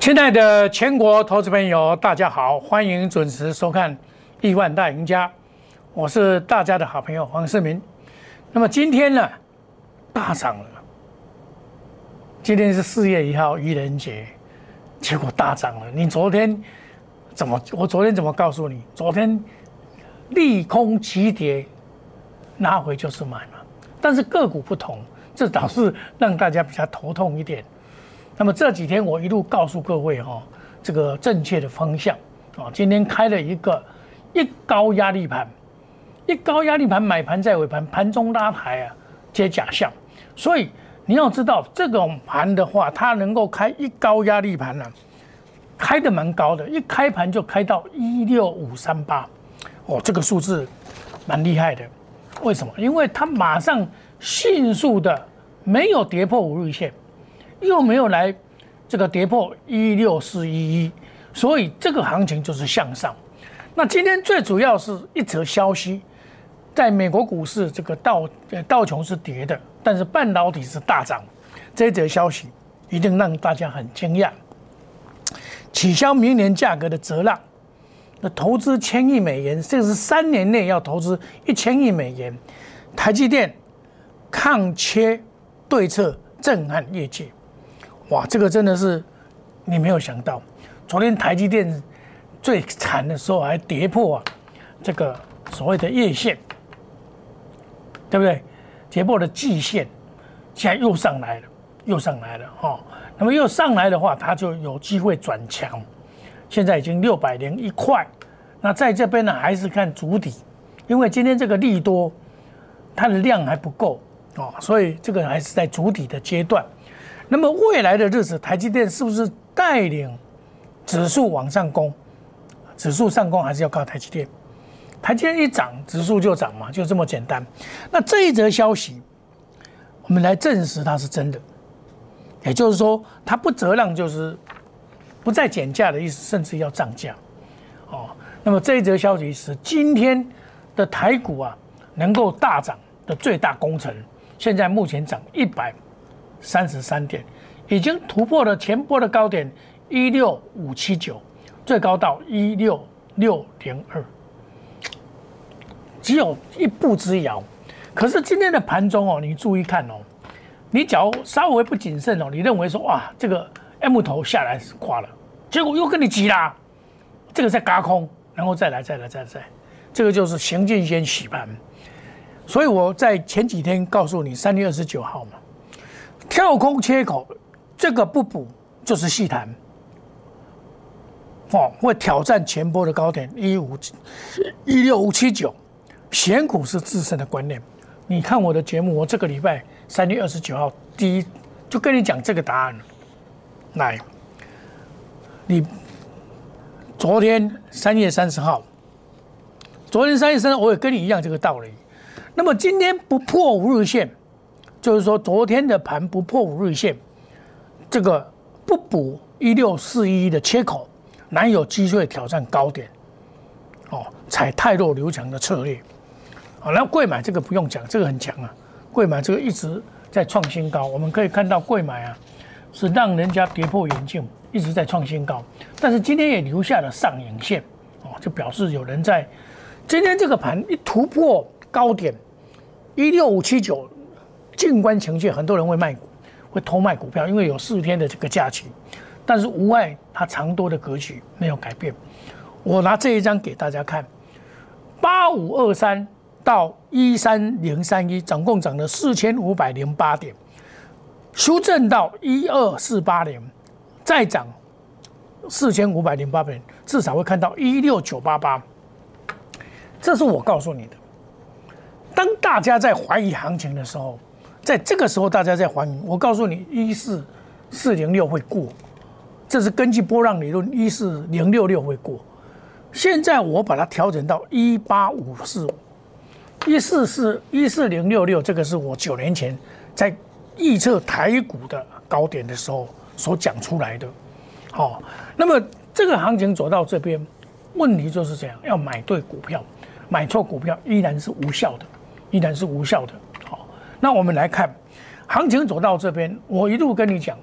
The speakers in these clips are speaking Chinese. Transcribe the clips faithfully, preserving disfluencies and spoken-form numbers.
亲爱的全国投资朋友，大家好，欢迎准时收看《亿万大赢家》，我是大家的好朋友黄世明。那么今天呢，大涨了。今天是四月一号愚人节，结果大涨了。你昨天怎么？我昨天怎么告诉你？昨天利空急跌，拿回就是买嘛。但是个股不同，这导致让大家比较头痛一点。那么这几天我一路告诉各位哈、哦，这个正确的方向啊、哦。今天开了一个一高压力盘，一高压力盘买盘在尾盘，盘中拉抬啊，接假象。所以你要知道，这种盘的话，它能够开一高压力盘呢、啊，开的蛮高的，一开盘就开到一六五三八，哦，这个数字蛮厉害的。为什么？因为它马上迅速的没有跌破五日线。又没有来这个跌破一六四一一，所以这个行情就是向上。那今天最主要是一则消息，在美国股市这个道道琼是跌的，但是半导体是大涨。这一则消息一定让大家很惊讶，取消明年价格的折让，那投资千亿美元，这是三年内要投资一千亿美元。台积电抗缺对策震撼业界。哇，这个真的是你没有想到，昨天台积电最惨的时候还跌破啊这个所谓的月线，对不对？跌破了季线，现在又上来了，又上来了哦。那么又上来的话，它就有机会转强。现在已经六百零一块，那在这边呢还是看主底，因为今天这个利多，它的量还不够哦，所以这个还是在主底的阶段。那么未来的日子，台积电是不是带领指数往上攻？指数上攻还是要靠台积电。台积电一涨，指数就涨嘛，就这么简单。那这一则消息，我们来证实它是真的，也就是说，它不折让就是不再减价的意思，甚至要涨价。哦，那么这一则消息是今天的台股啊能够大涨的最大功臣，现在目前涨一百。三十三点，已经突破了前波的高点一六五七九，最高到一六六零二，只有一步之遥。可是今天的盘中哦，你注意看哦，你假如稍微不谨慎哦，你认为说哇，这个 M 头下来是垮了，结果又跟你急啦，这个在轧空，然后再来再来再来再来，这个就是行进先洗盘。所以我在前几天告诉你，三月二十九号嘛。跳空缺口，这个不补就是细弹，哦，会挑战前波的高点一五一六五七九。选股是自身的观念。你看我的节目，我这个礼拜三月二十九号第一就跟你讲这个答案了。来，你昨天三月三十号，昨天三月三十号我也跟你一样这个道理。那么今天不破五日线。就是说，昨天的盘不破五日线，这个不补一六四一的缺口，难有机会挑战高点。哦，采太弱留强的策略。好，那贵买这个不用讲，这个很强啊。贵买这个一直在创新高，我们可以看到贵买啊，是让人家跌破眼镜，一直在创新高。但是今天也留下了上影线，哦，就表示有人在今天这个盘一突破高点一六五七九。静观情绪，很多人会卖股，会偷卖股票，因为有四天的这个假期，但是无碍它长多的格局没有改变。我拿这一张给大家看，八五二三到一三零三一，总共涨了四千五百零八点，修正到一二四八零，再涨四千五百零八点，至少会看到一六九八八。这是我告诉你的。当大家在怀疑行情的时候。在这个时候，大家在怀疑。我告诉你，一四四零六会过，这是根据波浪理论，一四零六六会过。现在我把它调整到一八五四五，一四四一四零六六，这个是我九年前在预测台股的高点的时候所讲出来的。好、哦，那么这个行情走到这边，问题就是这样，要买对股票，买错股票依然是无效的，依然是无效的。好，那我们来看，行情走到这边，我一路跟你讲，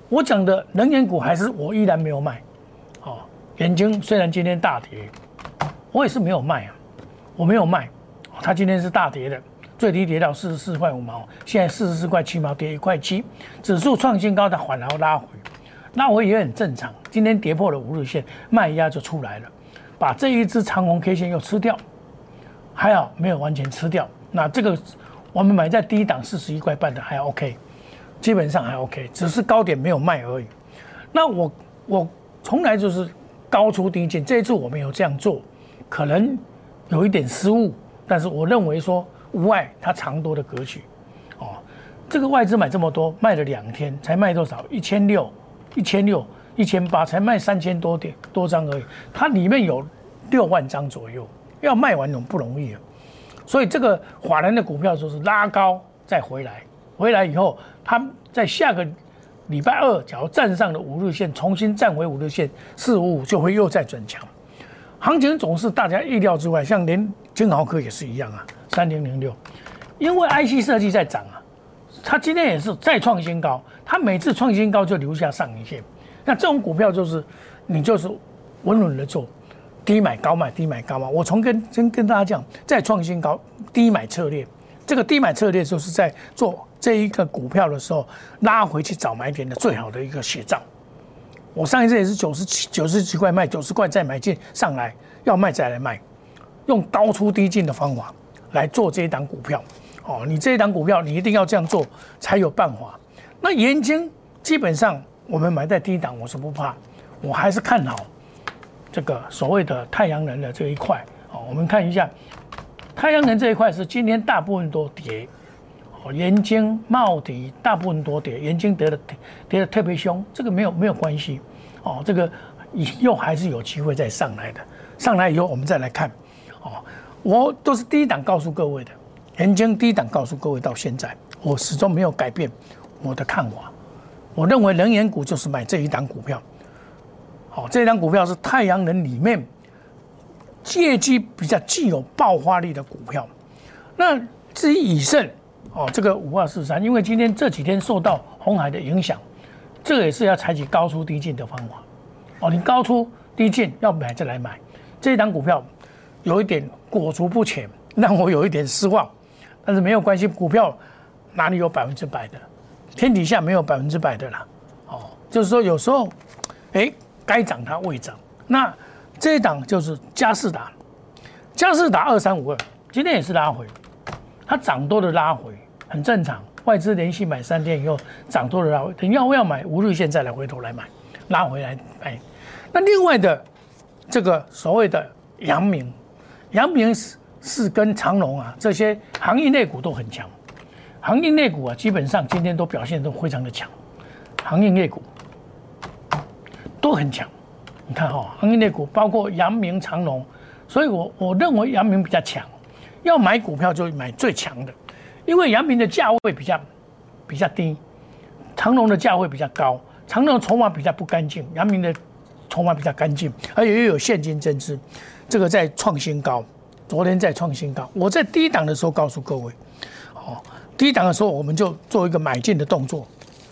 我讲的能源股还是我依然没有卖。哦，元晶虽然今天大跌，我也是没有卖啊，我没有卖。它今天是大跌的，最低跌到四十四块五毛，现在四十四块七毛，跌一块七，指数创新高，它反而拉回，那我也很正常。今天跌破了五日线，卖压就出来了，把这一只长红 K 线又吃掉，还好没有完全吃掉。那这个我们买在低档四十一块半的还 OK， 基本上还 OK， 只是高点没有卖而已。那我我从来就是高出低进，这一次我没有这样做，可能有一点失误。但是我认为说无碍它长多的格局，哦，这个外资买这么多，卖了两天才卖多少？一千六、一千六、一千八，才卖三千多点多张而已。它里面有六万张左右，要卖完很不容易啊。所以这个法人的股票就是拉高再回来，回来以后，它在下个礼拜二，假如站上了五日线，重新站回五日线四五五，就会又再转强。行情总是大家意料之外，像连金豪科也是一样啊，三零零六，因为 I C 设计在涨啊，它今天也是再创新高，它每次创新高就留下上影线，那这种股票就是你就是稳稳的做，低买高卖，低买高卖。我从跟跟跟大家讲，再创新高，低买策略，这个低买策略就是在做这一个股票的时候拉回去找买点的最好的一个写照。我上一次也是九十七九十几块卖，九十块再买进上来，要卖再来卖，用高出低进的方法来做这一档股票。哦，你这一档股票你一定要这样做才有办法。那元晶基本上我们买在低档，我是不怕，我还是看好这个所谓的太阳能的这一块。哦，我们看一下太阳能这一块是今天大部分都跌。哦，元晶、茂迪大部分多跌，元晶跌的跌的特别凶，这个没有没有关系。哦，这个以后还是有机会再上来的。上来以后我们再来看。哦，我都是低档告诉各位的，元晶低档告诉各位到现在，我始终没有改变我的看法。我认为能源股就是买这一档股票。好，这一档股票是太阳能里面业绩比较具有爆发力的股票。那至于以盛。哦，这个五二四三，因为今天这几天受到鸿海的影响，这个也是要采取高出低进的方法。哦，你高出低进要买再来买，这一档股票有一点裹足不前，让我有一点失望。但是没有关系，股票哪里有百分之百的？天底下没有百分之百的啦。哦，就是说有时候，哎，该涨它未涨。那这一档就是佳士达，佳士达二三五二，今天也是拉回。它涨多的拉回很正常，外资连续买三天以后涨多的拉回，等要不要买五日线再来回头来买，拉回来买。那另外的这个所谓的阳明，阳明是是跟长荣啊这些行业类股都很强，行业类股啊基本上今天都表现都非常的强，行业类股都很强。你看哈、哦，行业类股包括阳明、长荣，所以我我认为阳明比较强。要买股票就买最强的，因为阳明的价位比较比较低，长荣的价位比较高，长荣的筹码比较不干净，阳明的筹码比较干净，而且又有现金增资，这个在创新高，昨天在创新高。我在低档的时候告诉各位，哦，低档的时候我们就做一个买进的动作，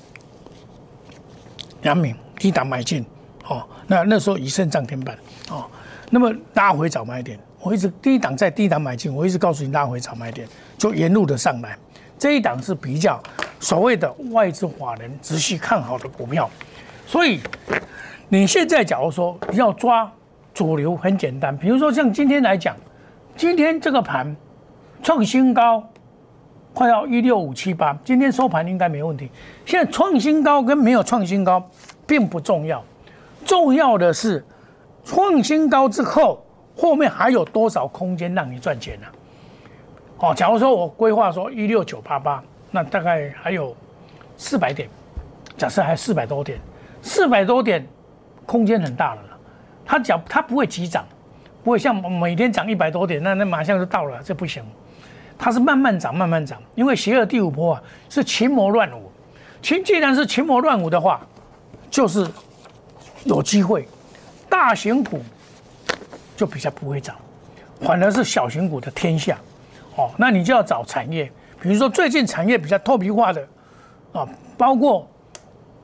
阳明低档买进，哦，那那时候以盛涨停板，哦，那么拉回找买点。我一直低档在低档买进，我一直告诉你拉回找买点，就沿路的上来。这一档是比较所谓的外资法人持续看好的股票，所以你现在假如说要抓主流很简单，比如说像今天来讲，今天这个盘创新高，快要一六五七八，今天收盘应该没问题。现在创新高跟没有创新高并不重要，重要的是创新高之后。后面还有多少空间让你赚钱呢、啊？哦，假如说我规划说一六九八八，那大概还有四百点，假设还四百多点，四百多点空间很大了啦。它讲它不会急涨，不会像每天涨一百多点，那那马上就到了，这不行。它是慢慢涨，慢慢涨，因为邪恶第五波啊是群魔乱舞，群既然是群魔乱舞的话，就是有机会，大型股。就比较不会涨，反而是小型股的天下，哦，那你就要找产业，比如说最近产业比较透明化的，啊，包括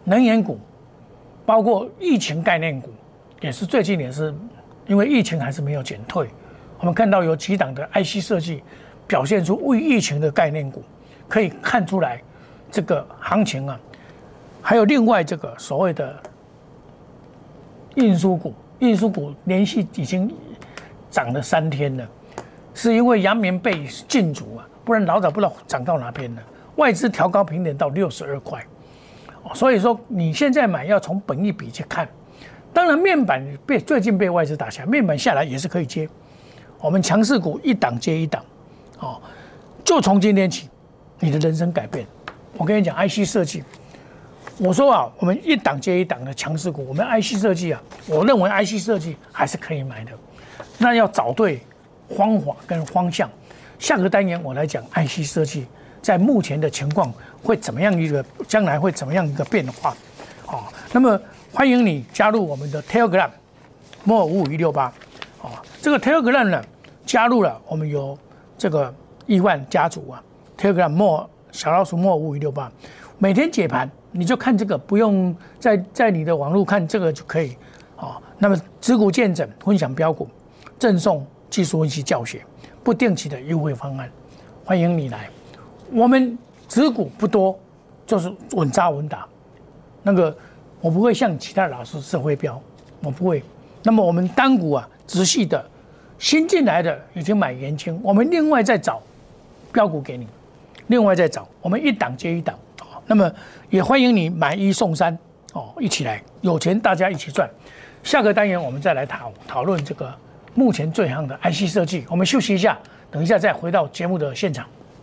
能源股，包括疫情概念股，也是最近也是因为疫情还是没有减退，我们看到有几档的 I C 设计表现出为疫情的概念股，可以看出来这个行情啊。还有另外这个所谓的运输股，运输股连续已经涨了三天了，是因为阳明被禁足啊，不然老早不知道涨到哪边了。外资调高平点到六十二块，所以说你现在买要从本益比去看。当然面板被最近被外资打下，面板下来也是可以接。我们强势股一档接一档，哦，就从今天起，你的人生改变。我跟你讲 ，I C 设计，我说啊，我们一档接一档的强势股，我们 I C 设计啊，我认为 I C 设计还是可以买的，那要找对方法跟方向。下个单元我来讲 I C 设计在目前的情况会怎么样一个，将来会怎么样一个变化，哦，那么欢迎你加入我们的 Telegram 摩尔五五一六八，哦，这个 Telegram 呢加入了，我们有这个亿万家族啊 ，Telegram 摩尔小老鼠摩尔五五一六八，每天解盘你就看这个，不用在在你的网络看这个就可以，哦，那么持股见证，分享标股，赠送技术分析教学，不定期的优惠方案，欢迎你来。我们持股不多，就是稳扎稳打。那个我不会像其他老师社会标，我不会。那么我们单股啊，直系的新进来的已经买元清，我们另外再找标股给你，另外再找，我们一档接一档。那么也欢迎你买一送三哦，一起来，有钱大家一起赚。下个单元我们再来讨讨论这个目前最夯的 I C 设计。我们休息一下，等一下再回到节目的现场。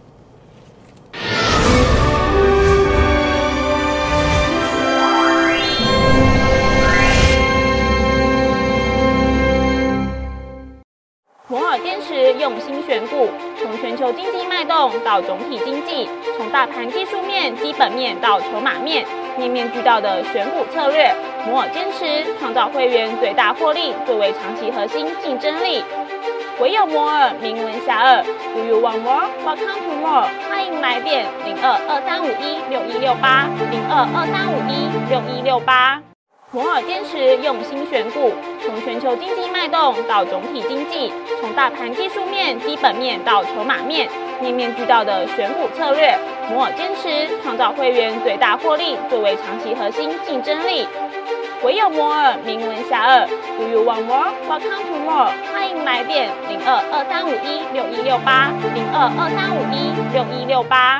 摩尔坚持用心选股，从全球经济脉动到总体经济，从大盘技术面、基本面到筹码面，面面俱到的选股策略。摩尔坚持创造会员最大获利作为长期核心竞争力。唯有摩尔名闻遐迩。Do you want more? Welcome to more。欢迎来电零二二三五一六一六八零二二三五一六一六八。摩尔坚持用心选股，从全球经济脉动到总体经济，从大盘技术面、基本面到筹码面，面面俱到的选股策略。摩尔坚持创造会员最大获利作为长期核心竞争力。唯有摩尔名闻遐迩。Do you want more? Welcome to more。欢迎来电零二二三五一六一六八零二二三五一六一六八。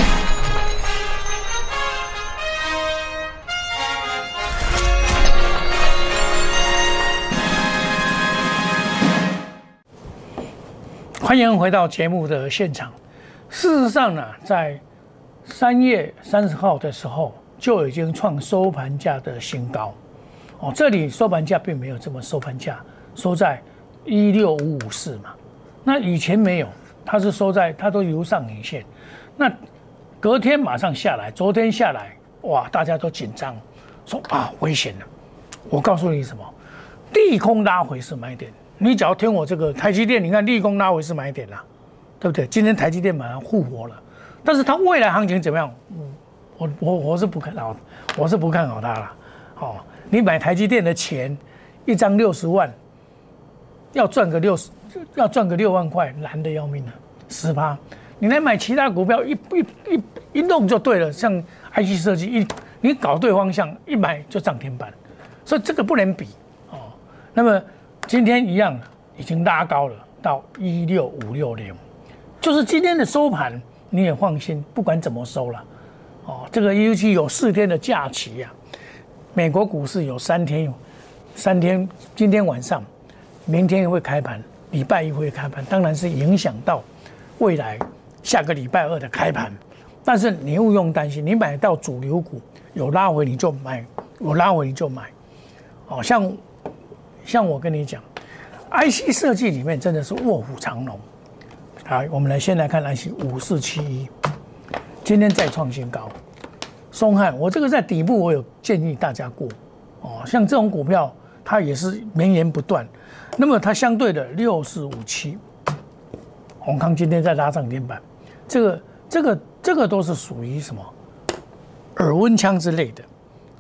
欢迎回到节目的现场。事实上呢，在三月三十号的时候就已经创收盘价的新高。哦，这里收盘价并没有这么收盘价，收在一六五五四嘛。那以前没有，它是收在它都由上影线。那隔天马上下来，昨天下来，哇，大家都紧张，说啊危险了。我告诉你什么？利空拉回是买点。你只要听我这个台积电，你看利空拉回是买点啦，对不对？今天台积电马上复活了，但是它未来行情怎么样？我我我是不看好，我是不看好它啦。哦，你买台积电的钱，一张六十万，要赚个六十，要赚个六万块，难得要命了，十趴。你来买其他股票，一一一一弄就对了，像 I C 设计，一你搞对方向，一买就涨停板，所以这个不能比哦。那么今天一样，已经拉高了到一六五六零，就是今天的收盘，你也放心，不管怎么收了，哦，这个尤其有四天的假期呀、啊，美国股市有三天，三天，今天晚上，明天会开盘，礼拜一会开盘，当然是影响到未来下个礼拜二的开盘，但是你不用担心，你买到主流股有拉回你就买，有拉回你就买，哦，像。像我跟你讲 ，I C 设计里面真的是卧虎藏龙。好，我们来先来看 I C 五四七一，今天再创新高。松汉，我这个在底部我有建议大家过哦，像这种股票它也是绵延不断。那么它相对的六四五七，宏康今天在拉涨停板，这个这个这个都是属于什么耳温枪之类的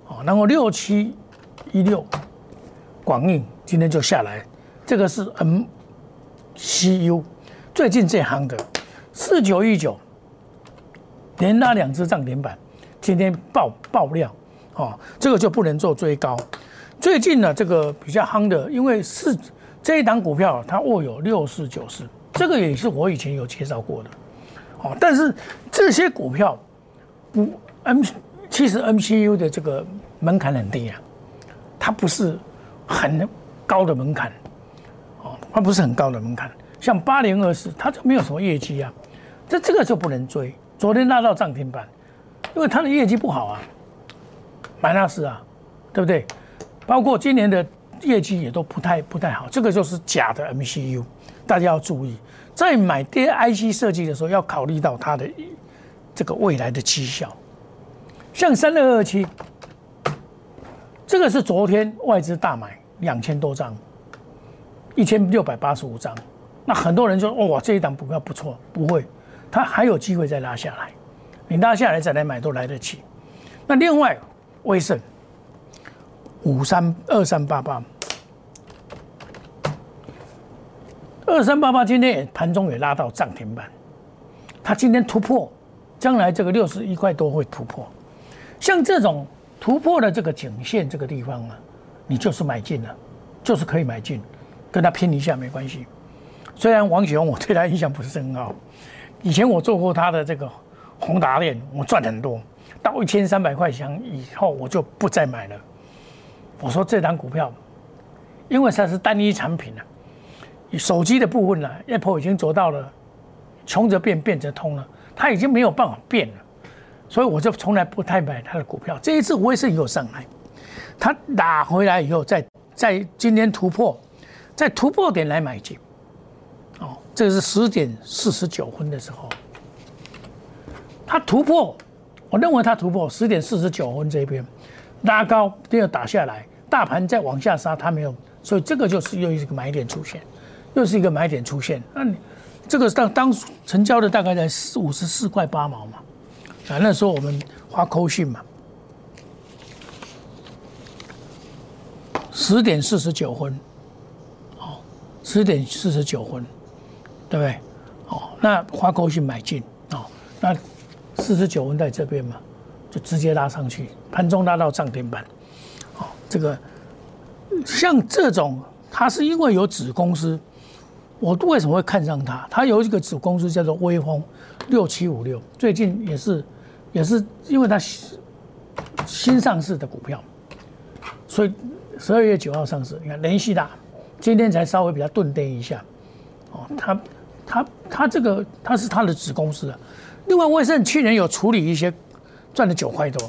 哦，然后六七一六广印今天就下来，这个是 M C U 最近这行的四九一九连拉两只涨停板，今天爆爆量哦，这个就不能做追高。最近呢，这个比较夯的，因为是这一档股票它握有六四九四，这个也是我以前有介绍过的哦，但是这些股票不 M 其实 M C U 的这个门槛很低啊，它不是很高的门槛，哦，它不是很高的门槛。像八零二四，它就没有什么业绩啊，这这个就不能追。昨天拉到涨停板，因为它的业绩不好啊，买那是啊，对不对？包括今年的业绩也都不太不太好，这个就是假的 M C U， 大家要注意。在买这些 I C 设计的时候，要考虑到它的这个未来的绩效。像三二二七。这个是昨天外资大买两千多张，一千六百八十五张。那很多人就说：“哇，这一档股票不错。”不会，它还有机会再拉下来。你拉下来再来买都来得及。那另外，威盛五三二三八八，二三八八今天也盘中也拉到涨停板，它今天突破，将来这个六十一块多会突破。像这种突破的这个颈线这个地方啊，你就是买进了，就是可以买进，跟他拼一下没关系。虽然王雪红我对他印象不是很好，以前我做过他的这个宏达电，我赚很多，到一千三百块钱以后我就不再买了。我说这档股票，因为它是单一产品了、啊，手机的部分呢、啊、，Apple 已经走到了穷则变，变则通了，它已经没有办法变了。所以我就从来不太买它的股票。这一次我也是有上来，它打回来以后，在在今天突破，在突破点来买进。哦，这个是十点四十九分的时候，它突破，我认为它突破十点四十九分这边拉高，没有打下来，大盘再往下杀，它没有，所以这个就是又一个买点出现，又是一个买点出现。那你这个当当成交的大概在五十四块八毛嘛。啊，那时候我们发扣讯嘛，十点四十九分，哦，十点四十九分，对不对？哦，那发扣讯买进，哦，那四十九分在这边嘛，就直接拉上去，盘中拉到涨停板，哦，这个像这种，它是因为有子公司，我为什么会看上它？它有一个子公司叫做威锋六七五六，最近也是。也是因为它新上市的股票，所以十二月九号上市。你看联系大，今天才稍微比较顿跌一下。哦，它它它这个它是它的子公司啊。另外，威盛去年有处理一些，赚了九块多，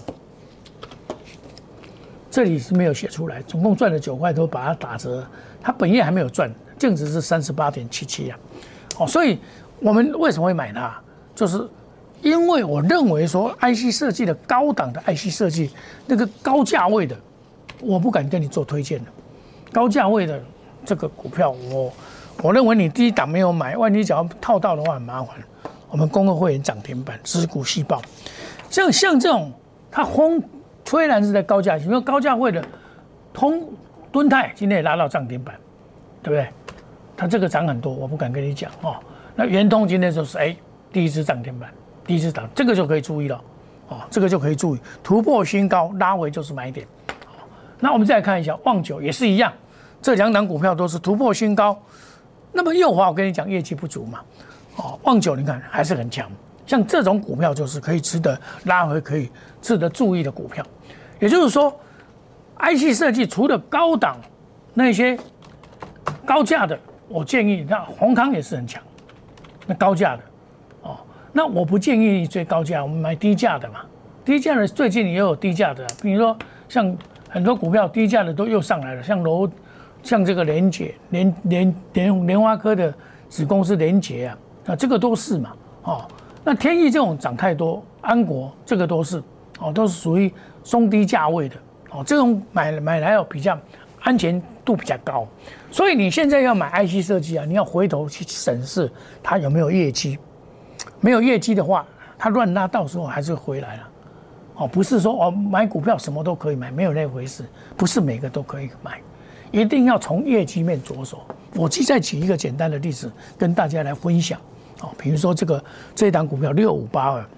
这里是没有写出来，总共赚了九块多，把它打折，它本业还没有赚，净值是三十八点七七啊。哦，所以我们为什么会买它？就是。因为我认为说 I C 设计的高档的 I C 设计，那个高价位的，我不敢跟你做推荐的。高价位的这个股票，我我认为你第一档没有买，万一只要套到的话很麻烦。我们公会会员涨停板，持股细报，像像这种，它轰虽然是在高价，因为高价位的通敦泰今天也拉到涨停板，对不对？它这个涨很多，我不敢跟你讲哦。那圆通今天就是哎第一支涨停板。第一次涨，这个就可以注意了，哦，这个就可以注意突破新高，拉回就是买点。那我们再来看一下旺九也是一样，这两档股票都是突破新高。那么右华我跟你讲业绩不足嘛，哦，旺九你看还是很强，像这种股票就是可以值得拉回，可以值得注意的股票。也就是说 ，I C 设计除了高档那些高价的，我建议那宏康也是很强，那高价的。那我不建议你追高价，我们买低价的嘛。低价的最近也有低价的，比如说像很多股票低价的都又上来了，像楼，像这个联捷、联联联联发科的子公司联捷啊，啊这个都是嘛，哦，那天翼这种涨太多，安国这个都是，哦都是属于中低价位的，哦这种买买来要比较安全度比较高，所以你现在要买 I C 设计啊，你要回头去审视它有没有业绩。没有业绩的话，它乱拉，到时候还是回来了， 哦，不是说哦买股票什么都可以买，没有那回事，不是每个都可以买，一定要从业绩面着手。我再举一个简单的例子跟大家来分享，哦，比如说这个这一档股票六五八二，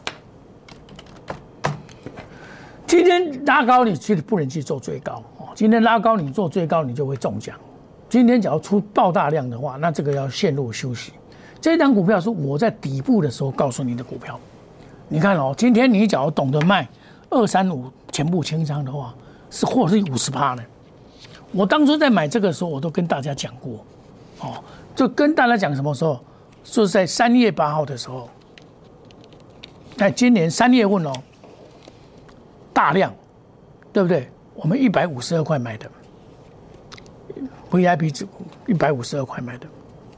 今天拉高你其实不能去做追高哦，今天拉高你做追高你就会中奖。今天只要出爆大量的话，那这个要陷入休息。这一档股票是我在底部的时候告诉你的股票。你看哦，今天你只要懂得卖二三五全部清仓的话，是获利五十趴呢。我当初在买这个时候，我都跟大家讲过，哦，就跟大家讲什么时候，就是在三月八号的时候，在今年三月份哦，大量，对不对？我们一百五十二块买的 V I P 指股，一百五十二块买的，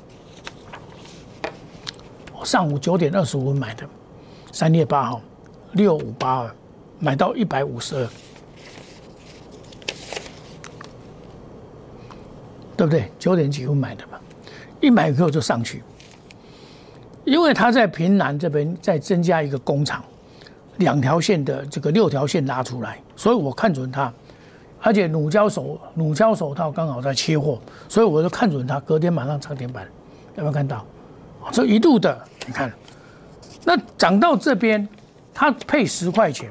我上午九点二十五分买的。三月八号，六五八二，买到一百五十二，对不对？九点几分买的嘛，一买以后就上去，因为他在平南这边再增加一个工厂，两条线的这个六条线拉出来，所以我看准它，而且乳胶手乳胶手套刚好在缺货，所以我就看准它，隔天马上涨停板，有没有看到？这一路的，你看。那涨到这边，它配十块钱，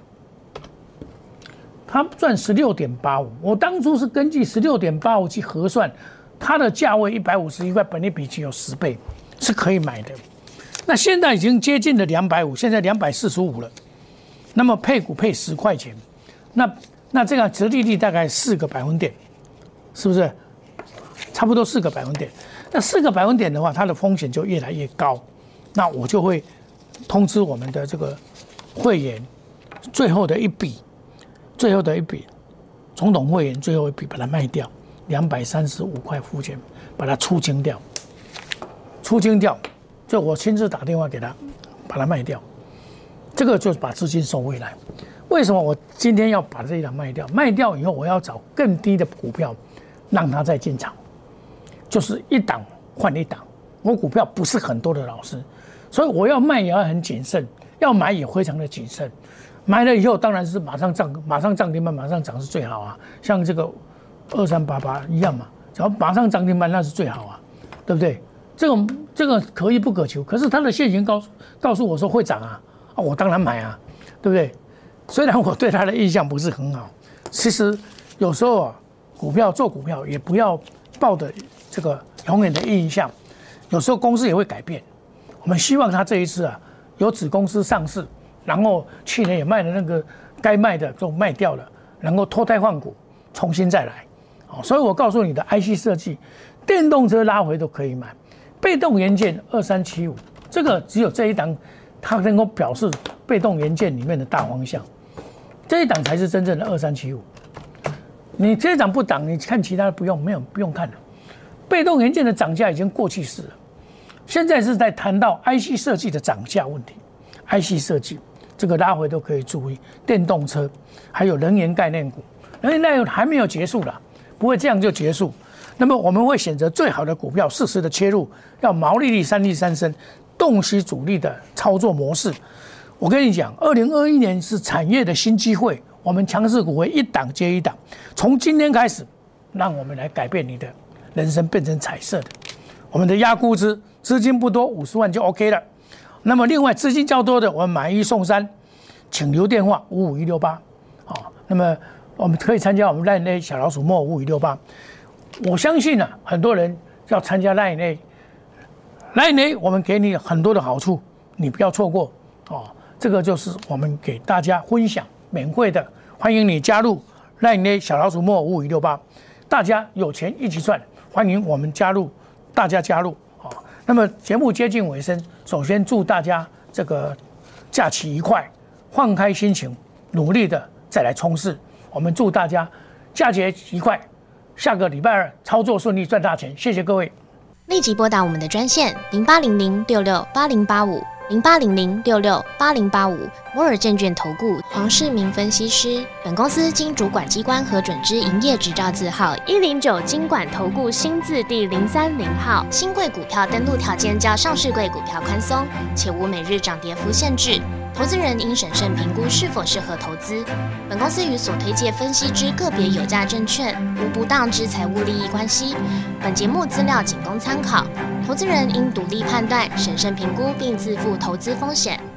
它赚十六点八五。我当初是根据十六点八五去核算，它的价位一百五十一块，本益比只有十倍，是可以买的。那现在已经接近了两百五，现在两百四十五了。那么配股配十块钱，那那这个殖利率大概四个百分点，是不是？差不多四个百分点。那四个百分点的话，它的风险就越来越高。那我就会通知我们的这个会员，最后的一笔，最后的一笔，总统会员最后一笔把它卖掉，两百三十五块付钱，把它出清掉，出清掉，就我亲自打电话给他，把它卖掉，这个就是把资金收回来。为什么我今天要把这一档卖掉？卖掉以后，我要找更低的股票，让他再进场，就是一档换一档。我股票不是很多的老师。所以我要卖也要很谨慎，要买也非常的谨慎。买了以后当然是马上涨，马上涨停板，马上涨是最好啊。像这个二三八八一样嘛，只要马上涨停板那是最好啊，对不对？这种这个可遇不可求，可是它的现行告诉告诉我说会涨啊，啊我当然买啊，对不对？虽然我对它的印象不是很好，其实有时候啊，股票做股票也不要抱着这个永远的印象，有时候公司也会改变。我们希望他这一次啊，有子公司上市，然后去年也卖了那个该卖的都卖掉了，能够脱胎换骨，重新再来。所以我告诉你的 I C 设计，电动车拉回都可以买，被动元件二三七五，这个只有这一档，它能够表示被动元件里面的大方向，这一档才是真正的二三七五。你这一档不涨，你看其他的不用，没有不用看了。被动元件的涨价已经过去式了。现在是在谈到 I C 设计的涨价问题 ，I C 设计这个拉回都可以注意，电动车还有能源概念股，能源概念股还没有结束啦，不会这样就结束。那么我们会选择最好的股票，适时的切入，要毛利率三利三升，洞悉主力的操作模式。我跟你讲，二零二一年是产业的新机会，我们强势股会一档接一档，从今天开始，让我们来改变你的人生，变成彩色的。我们的压估值。资金不多，五十万就 OK 了。那么另外资金较多的，我们买一送三，请留电话五五一六八。好，那么我们可以参加我们 Line A 小老鼠莫五五一六八。我相信啊，很多人要参加 Line A，Line A 我们给你很多的好处，你不要错过哦。这个就是我们给大家分享免费的，欢迎你加入 Line A 小老鼠莫五五一六八。大家有钱一起赚，欢迎我们加入，大家加入。那么节目接近尾声，首先祝大家这个假期愉快，放开心情，努力的再来冲刺。我们祝大家假期愉快，下个礼拜二操作顺利，赚大钱。谢谢各位。 立即拨打我们的专线零八零零六六八零八五零八零零六六八零八五摩尔证券投顾黄世明分析师。本公司经主管机关核准之营业执照字号一零九金管投顾新字第零三零号。新贵股票登录条件较上市贵股票宽松，且无每日涨跌幅限制。 投资人应审慎评估是否适合投资。本公司与所推介分析之个别有价证券无不当之财务利益关系。本节目资料仅供参考，投资人应独立判断、审慎评估并自负投资风险。